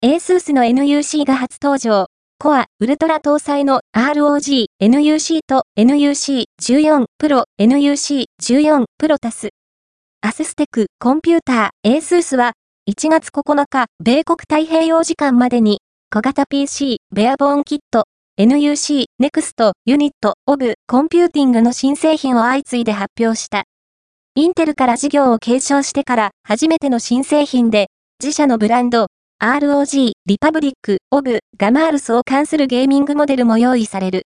ASUS の NUC が初登場。コア、ウルトラ搭載の ROG、NUC と NUC14 Pro、NUC14 Pro 足す。アスステク、コンピューター、ASUS は、1月9日、米国太平洋時間までに、小型 PC、ベアボーンキット、NUC、Next、ユニット、オブ、コンピューティングの新製品を相次いで発表した。インテルから事業を継承してから初めての新製品で、自社のブランド、ROG、リパブリック、オブ、ガマールスを冠するゲーミングモデルも用意される。